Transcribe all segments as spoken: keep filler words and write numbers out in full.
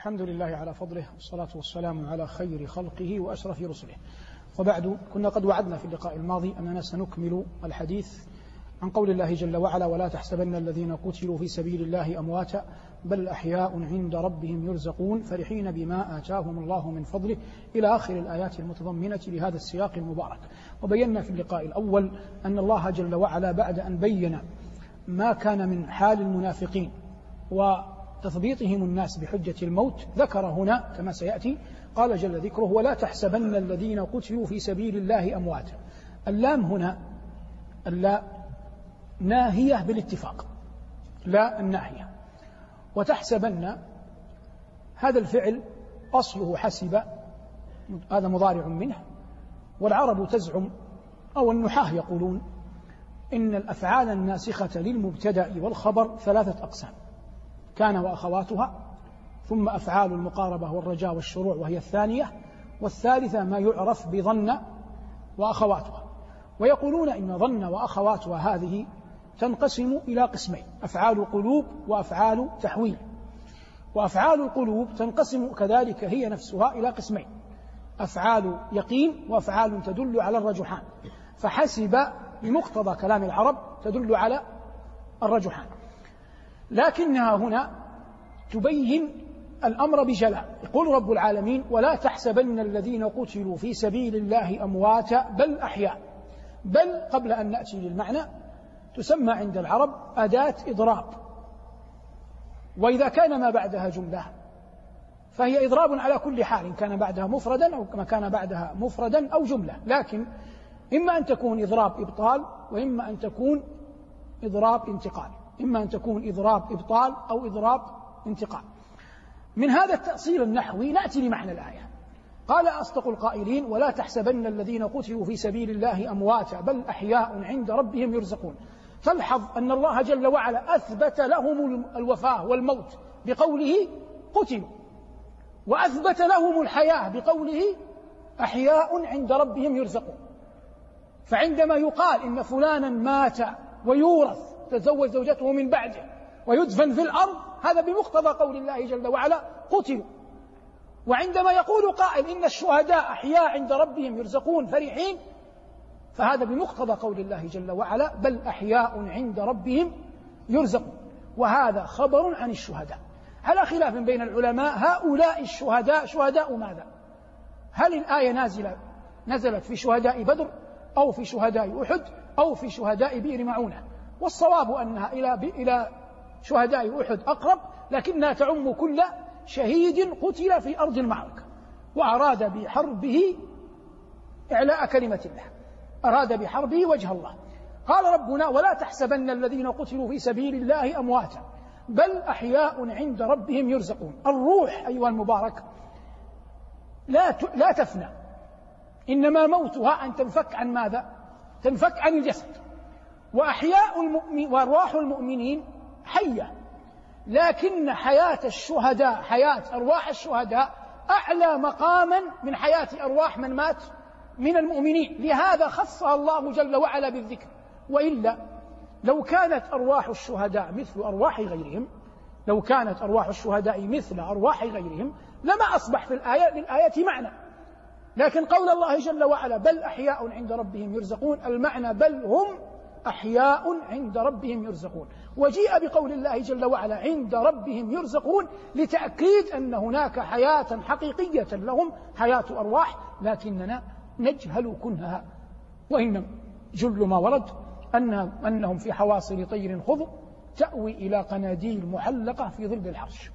الحمد لله على فضله والصلاة والسلام على خير خلقه وأشرف رسله. وبعد، كنا قد وعدنا في اللقاء الماضي أننا سنكمل الحديث عن قول الله جل وعلا: ولا تحسبن الذين قتلوا في سبيل الله أمواتا بل أحياء عند ربهم يرزقون فرحين بما آتاهم الله من فضله، إلى آخر الآيات المتضمنة لهذا السياق المبارك. وبينا في اللقاء الأول أن الله جل وعلا بعد أن بين ما كان من حال المنافقين وتثبيطهم الناس بحجة الموت، ذكر هنا كما سيأتي قال جل ذكره: ولا تحسبن الذين قتلوا في سبيل الله أمواتا. اللام هنا اللا ناهية بالاتفاق، لا الناهية. وتحسبن هذا الفعل أصله حسب، هذا مضارع منه، والعرب تزعم أو النحاة يقولون إن الأفعال الناسخة للمبتدأ والخبر ثلاثة أقسام: كان وأخواتها، ثم أفعال المقاربة والرجاء والشروع وهي الثانية، والثالثة ما يعرف بظن وأخواتها. ويقولون إن ظن وأخواتها هذه تنقسم إلى قسمين: أفعال قلوب وأفعال تحويل. وأفعال القلوب تنقسم كذلك هي نفسها إلى قسمين: أفعال يقين وأفعال تدل على الرجحان. فحسب بمقتضى كلام العرب تدل على الرجحان، لكنها هنا تبين الأمر بجلاء. يقول رب العالمين: ولا تحسبن الذين قتلوا في سبيل الله أمواتا بل أحياء. بل قبل أن نأتي للمعنى تسمى عند العرب أداة إضراب، وإذا كان ما بعدها جملة فهي إضراب على كل حال، إن كان بعدها مفردا أو ما كان بعدها مفردا أو جملة، لكن إما أن تكون إضراب إبطال وإما أن تكون إضراب انتقال، إما أن تكون إضراب إبطال أو إضراب انتقال. من هذا التأصيل النحوي نأتي لمعنى الآية. قال أصدق القائلين: ولا تحسبن الذين قتلوا في سبيل الله أمواتا بل أحياء عند ربهم يرزقون. تلحظ أن الله جل وعلا أثبت لهم الوفاة والموت بقوله قتلوا، وأثبت لهم الحياة بقوله أحياء عند ربهم يرزقون. فعندما يقال إن فلانا مات ويورث تزوج زوجته من بعده ويدفن في الأرض، هذا بمقتضى قول الله جل وعلا قتلوا. وعندما يقول قائل إن الشهداء أحياء عند ربهم يرزقون فرحين، فهذا بمقتضى قول الله جل وعلا بل أحياء عند ربهم يرزقون. وهذا خبر عن الشهداء على خلاف بين العلماء: هؤلاء الشهداء شهداء ماذا؟ هل الآية نازلة نزلت في شهداء بدر أو في شهداء أحد أو في شهداء بئر معونة؟ والصواب أنها إلى إلى شهداء أحد أقرب، لكنها تعم كل شهيد قتل في أرض المعركة وأراد بحربه إعلاء كلمة الله، أراد بحربه وجه الله. قال ربنا: ولا تحسبن الذين قتلوا في سبيل الله أمواتا بل أحياء عند ربهم يرزقون. الروح أيها المبارك لا لا تفنى، إنما موتها أن تنفك عن ماذا؟ تنفك عن الجسد. وأحياء المؤمن وأرواح المؤمنين حية، لكن حياة الشهداء، حياة أرواح الشهداء أعلى مقاما من حياة أرواح من مات من المؤمنين، لهذا خصها الله جل وعلا بالذكر. وإلا لو كانت أرواح الشهداء مثل أرواح غيرهم، لو كانت أرواح الشهداء مثل أرواح غيرهم لما أصبح في الآية للآية معنى. لكن قول الله جل وعلا بل أحياء عند ربهم يرزقون، المعنى بل هم أحياء عند ربهم يرزقون. وجيء بقول الله جل وعلا عند ربهم يرزقون لتأكيد أن هناك حياة حقيقية لهم، حياة أرواح، لكننا نجهل كنها. وإن جل ما ورد أنهم في حواصل طير خضر تأوي إلى قناديل محلقة في ظل العرش،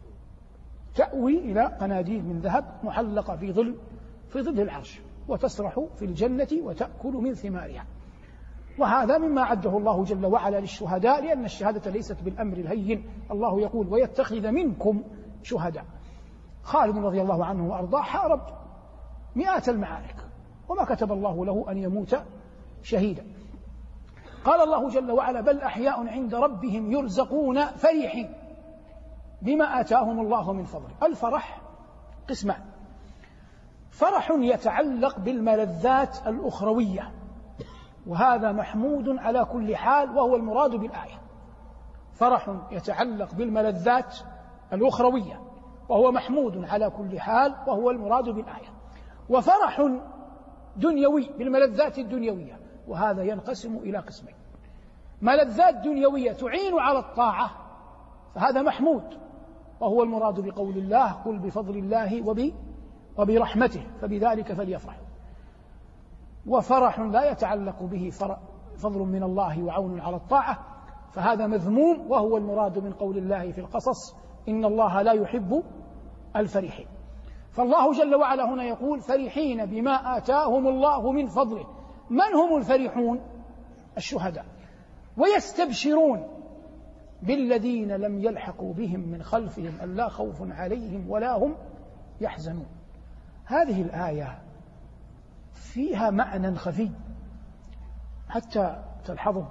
تأوي إلى قناديل من ذهب محلقة في ظل في ظل العرش، وتسرح في الجنة وتأكل من ثمارها. وهذا مما عده الله جل وعلا للشهداء، لأن الشهادة ليست بالأمر الهين. الله يقول: ويتخذ منكم شهداء. خالد رضي الله عنه وأرضاه حارب مئات المعارك وما كتب الله له أن يموت شهيدا. قال الله جل وعلا: بل أحياء عند ربهم يرزقون فرحين بما آتاهم الله من فضله. الفرح قسمان: فرح يتعلق بالملذات الأخروية، وهذا محمود على كل حال وهو المراد بالآية. فرح يتعلق بالملذات الأخروية، وهو محمود على كل حال، وهو المراد بالآية. وفرح دنيوي بالملذات الدنيوية، وهذا ينقسم إلى قسمين: ملذات دنيوية تعين على الطاعة فهذا محمود، وهو المراد بقول الله: قل بفضل الله وبرحمته فبذلك فليفرحوا. وفرح لا يتعلق به فضل من الله وعون على الطاعة فهذا مذموم، وهو المراد من قول الله في القصص: إن الله لا يحب الفرحين. فالله جل وعلا هنا يقول: فرحين بما آتاهم الله من فضله. من هم الفرحون؟ الشهداء. ويستبشرون بالذين لم يلحقوا بهم من خلفهم ألا خوف عليهم ولا هم يحزنون. هذه الآية فيها معنى خفي حتى تلحظه.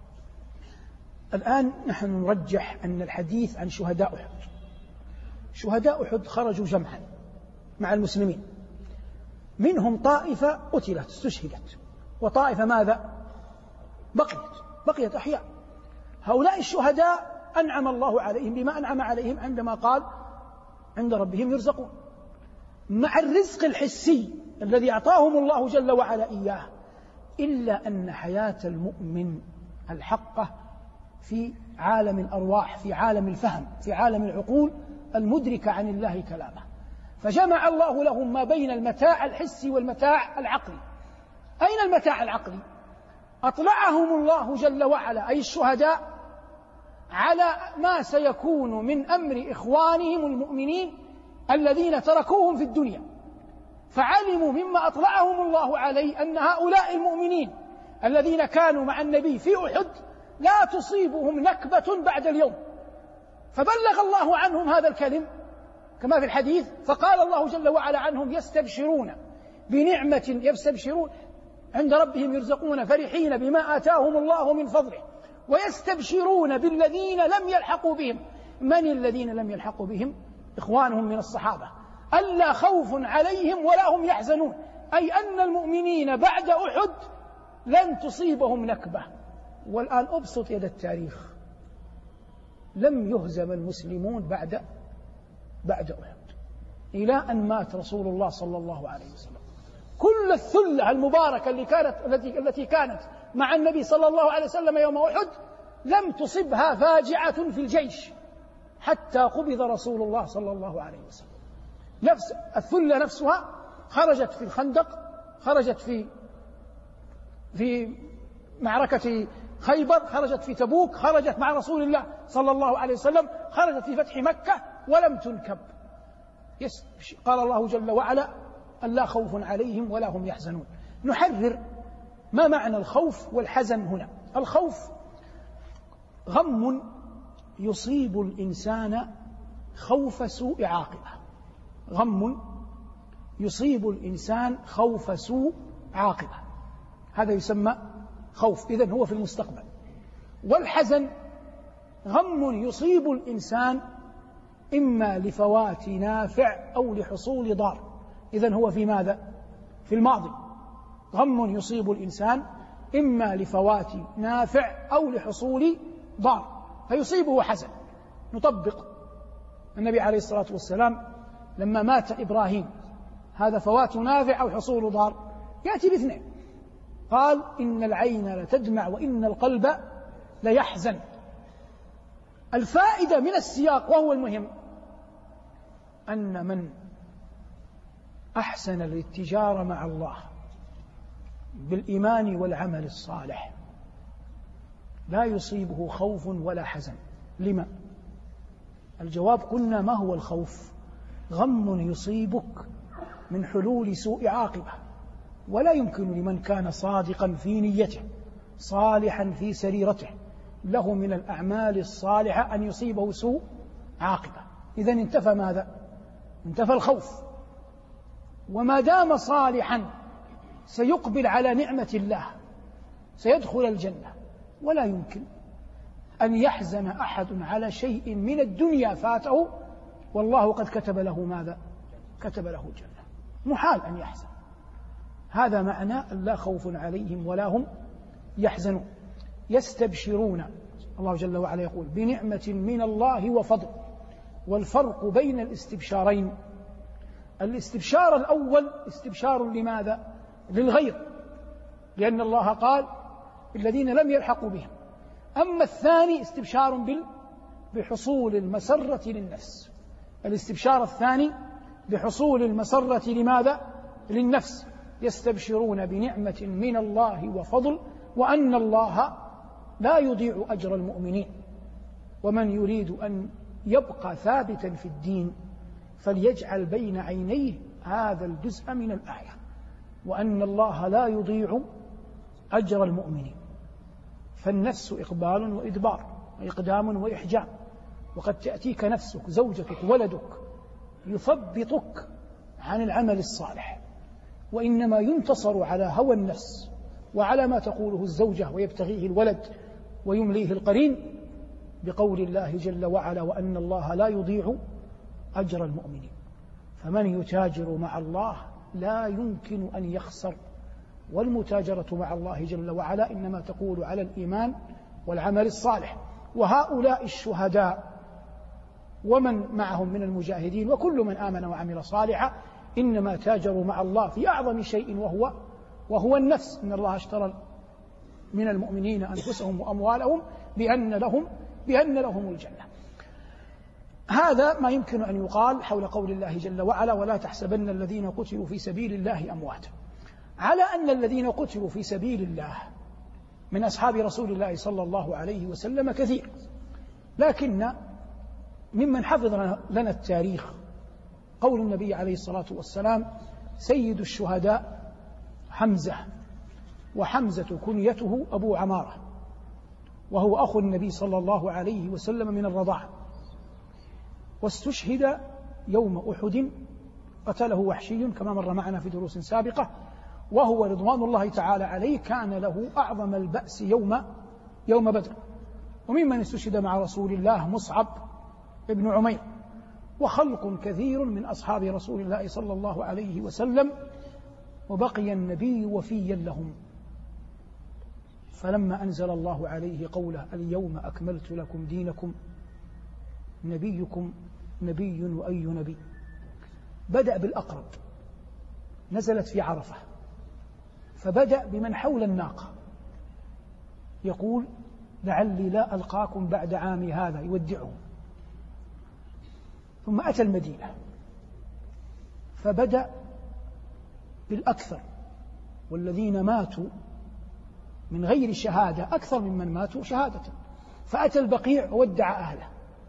الآن نحن نرجح أن الحديث عن شهداء أحد. شهداء أحد خرجوا جمعا مع المسلمين، منهم طائفة قتلت استشهدت، وطائفة ماذا؟ بقيت بقيت أحياء. هؤلاء الشهداء أنعم الله عليهم بما أنعم عليهم عندما قال: عند ربهم يرزقون، مع الرزق الحسي الذي أعطاهم الله جل وعلا إياه، إلا أن حياة المؤمن الحقة في عالم الأرواح، في عالم الفهم، في عالم العقول المدركة عن الله كلامه. فجمع الله لهم ما بين المتاع الحسي والمتاع العقلي. أين المتاع العقلي؟ أطلعهم الله جل وعلا أي الشهداء على ما سيكون من أمر إخوانهم المؤمنين الذين تركوهم في الدنيا، فعلموا مما أطلعهم الله عليه أن هؤلاء المؤمنين الذين كانوا مع النبي في أحد لا تصيبهم نكبة بعد اليوم، فبلغ الله عنهم هذا الكلم كما في الحديث، فقال الله جل وعلا عنهم: يستبشرون بنعمة يستبشرون عند ربهم يرزقون فرحين بما آتاهم الله من فضله ويستبشرون بالذين لم يلحقوا بهم. من الذين لم يلحقوا بهم؟ إخوانهم من الصحابة، ألا خوف عليهم ولا هم يحزنون، أي أن المؤمنين بعد أحد لن تصيبهم نكبة. والآن أبسط يد التاريخ، لم يهزم المسلمون بعد بعد أحد إلى أن مات رسول الله صلى الله عليه وسلم. كل الثلة المباركة اللي كانت التي التي كانت مع النبي صلى الله عليه وسلم يوم أحد لم تصبها فاجعة في الجيش حتى قبض رسول الله صلى الله عليه وسلم. نفس الثلة نفسها خرجت في الخندق، خرجت في في معركة خيبر، خرجت في تبوك، خرجت مع رسول الله صلى الله عليه وسلم، خرجت في فتح مكة ولم تنكب. قال الله جل وعلا: ألا خوف عليهم ولا هم يحزنون. نحرر ما معنى الخوف والحزن هنا. الخوف غم يصيب الإنسان خوف سوء عاقبة، غم يصيب الإنسان خوف سوء عاقبة، هذا يسمى خوف، إذن هو في المستقبل. والحزن غم يصيب الإنسان إما لفوات نافع أو لحصول ضار، إذن هو في ماذا؟ في الماضي. غم يصيب الإنسان إما لفوات نافع أو لحصول ضار فيصيبه حزن. نطبق النبي عليه الصلاة والسلام لما مات إبراهيم، هذا فوات نافع أو حصول ضار؟ يأتي باثنين، قال: إن العين لتدمع وإن القلب ليحزن. الفائدة من السياق وهو المهم أن من أحسن الاتجار مع الله بالإيمان والعمل الصالح لا يصيبه خوف ولا حزن. لما؟ الجواب قلنا: ما هو الخوف؟ غم يصيبك من حلول سوء عاقبة، ولا يمكن لمن كان صادقا في نيته صالحا في سريرته له من الأعمال الصالحة أن يصيبه سوء عاقبة. إذن انتفى ماذا؟ انتفى الخوف. وما دام صالحا سيقبل على نعمة الله، سيدخل الجنة، ولا يمكن أن يحزن أحد على شيء من الدنيا فاته والله قد كتب له ماذا؟ كتب له الجنة. محال أن يحزن. هذا معنى لا خوف عليهم ولا هم يحزنون. يستبشرون، الله جل وعلا يقول: بنعمة من الله وفضل والفرق بين الاستبشارين: الاستبشار الأول استبشار لماذا؟ للغير، لأن الله قال الذين لم يلحقوا بهم. أما الثاني استبشار بحصول المسرة للنفس. الاستبشار الثاني بحصول المسرة لماذا؟ للنفس. يستبشرون بنعمة من الله وفضل وأن الله لا يضيع أجر المؤمنين. ومن يريد أن يبقى ثابتا في الدين فليجعل بين عينيه هذا الجزء من الآية، وأن الله لا يضيع أجر المؤمنين. فالنفس إقبال وإدبار وإقدام وإحجام، وقد تأتيك نفسك زوجتك ولدك يثبطك عن العمل الصالح، وإنما ينتصر على هوى النفس وعلى ما تقوله الزوجة ويبتغيه الولد ويمليه القرين بقول الله جل وعلا: وأن الله لا يضيع أجر المؤمنين. فمن يتاجر مع الله لا يمكن أن يخسر، والمتاجرة مع الله جل وعلا إنما تقول على الإيمان والعمل الصالح. وهؤلاء الشهداء ومن معهم من المجاهدين وكل من آمن وعمل صالحا إنما تاجروا مع الله في أعظم شيء وهو وهو النفس. إن الله اشترى من المؤمنين أنفسهم وأموالهم بأن لهم بأن لهم الجنة. هذا ما يمكن أن يقال حول قول الله جل وعلا: ولا تحسبن الذين قتلوا في سبيل الله أمواتا. على أن الذين قتلوا في سبيل الله من أصحاب رسول الله صلى الله عليه وسلم كثير، لكن ممن حفظ لنا التاريخ قول النبي عليه الصلاة والسلام: سيد الشهداء حمزة، وحمزة كنيته أبو عمارة، وهو أخو النبي صلى الله عليه وسلم من الرضاعة، واستشهد يوم أحد، قتله وحشي كما مر معنا في دروس سابقة، وهو رضوان الله تعالى عليه كان له أعظم البأس يوم يوم بدر. وممن استشهد مع رسول الله مصعب ابن عمير، وخلق كثير من أصحاب رسول الله صلى الله عليه وسلم، وبقي النبي وفيا لهم. فلما أنزل الله عليه قوله: اليوم أكملت لكم دينكم، نبيكم نبي وأي نبي، بدأ بالأقرب، نزلت في عرفة، فبدأ بمن حول الناقة يقول: لعلي لا ألقاكم بعد عامي هذا، يودعهم. ثم أتى المدينة فبدأ بالأكثر، والذين ماتوا من غير شهادة أكثر ممن ماتوا شهادة، فأتى البقيع وودع أهله.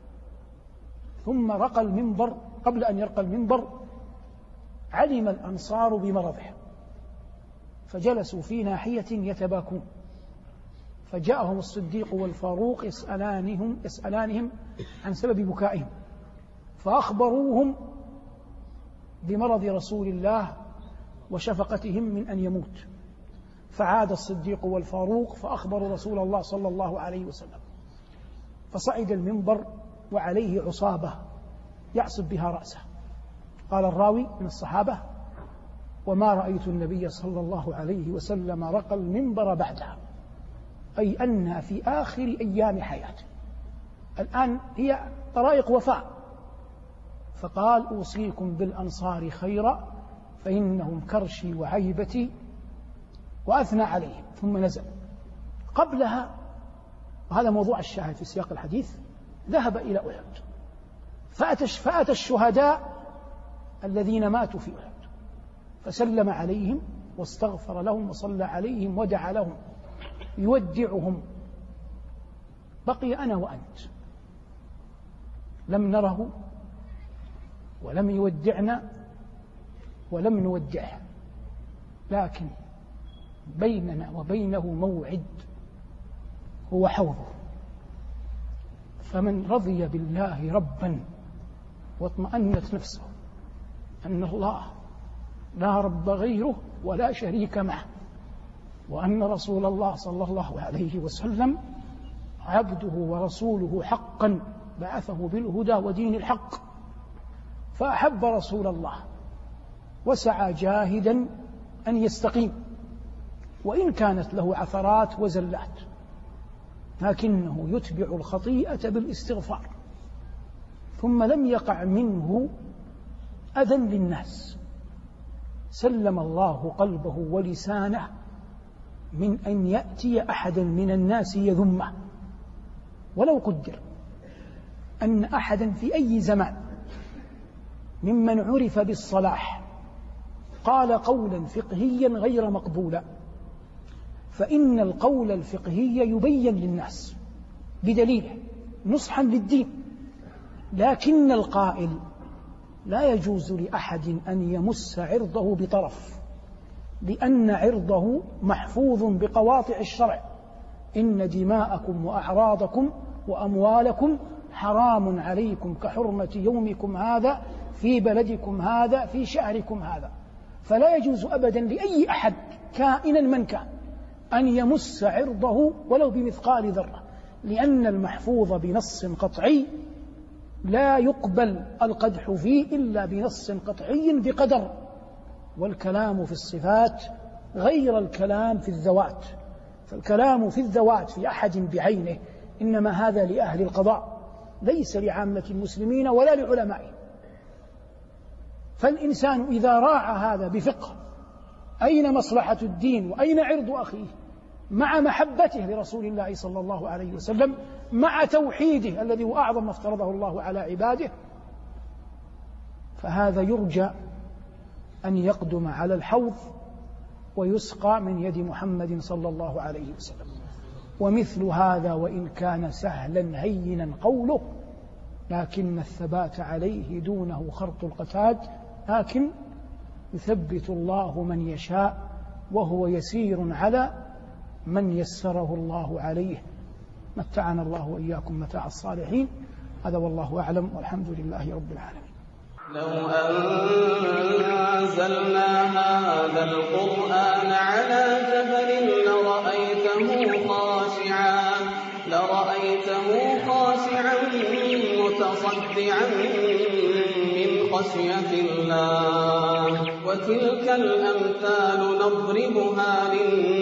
ثم رقى المنبر، قبل أن يرقى المنبر علم الأنصار بمرضه فجلسوا في ناحية يتباكون، فجاءهم الصديق والفاروق يسألانهم, يسألانهم عن سبب بكائهم، فأخبروهم بمرض رسول الله وشفقتهم من أن يموت. فعاد الصديق والفاروق فأخبروا رسول الله صلى الله عليه وسلم، فصعد المنبر وعليه عصابة يعصب بها رأسه. قال الراوي من الصحابة: وما رأيت النبي صلى الله عليه وسلم رقى المنبر بعدها، أي أنها في آخر أيام حياته، الآن هي طرائق وفاء. فقال: أوصيكم بالأنصار خيرا فإنهم كرشي وعيبتي، وأثنى عليهم. ثم نزل قبلها، وهذا موضوع الشاهد في سياق الحديث، ذهب إلى أحد فأتى الشهداء الذين ماتوا في أحد فسلم عليهم واستغفر لهم وصلى عليهم ودعا لهم يودعهم. بقي أنا وأنت لم نره ولم يودعنا ولم نودعه، لكن بيننا وبينه موعد هو حوضه. فمن رضي بالله ربا واطمأنت نفسه أن الله لا رب غيره ولا شريك معه، وأن رسول الله صلى الله عليه وسلم عبده ورسوله حقا بعثه بالهدى ودين الحق، فأحب رسول الله وسعى جاهدا أن يستقيم، وإن كانت له عثرات وزلات، لكنه يتبع الخطيئة بالاستغفار. ثم لم يقع منه أذى للناس، سلم الله قلبه ولسانه من أن يأتي أحدا من الناس يذمه. ولو قدر أن أحدا في أي زمان ممن عرف بالصلاح قال قولا فقهيا غير مقبولا، فإن القول الفقهي يبين للناس بدليله نصحا للدين، لكن القائل لا يجوز لأحد أن يمس عرضه بطرف، لأن عرضه محفوظ بقواطع الشرع: إن دماءكم وأعراضكم وأموالكم حرام عليكم كحرمة يومكم هذا في بلدكم هذا في شهركم هذا. فلا يجوز أبدا لأي أحد كائنا من كان أن يمس عرضه ولو بمثقال ذرة، لأن المحفوظ بنص قطعي لا يقبل القدح فيه إلا بنص قطعي بقدر. والكلام في الصفات غير الكلام في الذوات، فالكلام في الذوات في أحد بعينه إنما هذا لأهل القضاء ليس لعامة المسلمين ولا لعلمائهم. فالإنسان إذا راعى هذا بفقه أين مصلحة الدين وأين عرض أخيه، مع محبته لرسول الله صلى الله عليه وسلم، مع توحيده الذي هو أعظم ما افترضه الله على عباده، فهذا يرجى أن يقدم على الحوض ويسقى من يد محمد صلى الله عليه وسلم. ومثل هذا وإن كان سهلا هينا قوله، لكن الثبات عليه دونه خرط القتاد، لكن يثبت الله من يشاء وهو يسير على من يسره الله عليه. متعنا الله وإياكم متاع الصالحين. هذا والله أعلم، والحمد لله رب العالمين. لو أنزلنا هذا القرآن على جبل لرأيته خاشعا لرأيته خاشعا متصدعا من خشية الله. وتلك الأمثال نضربها للناس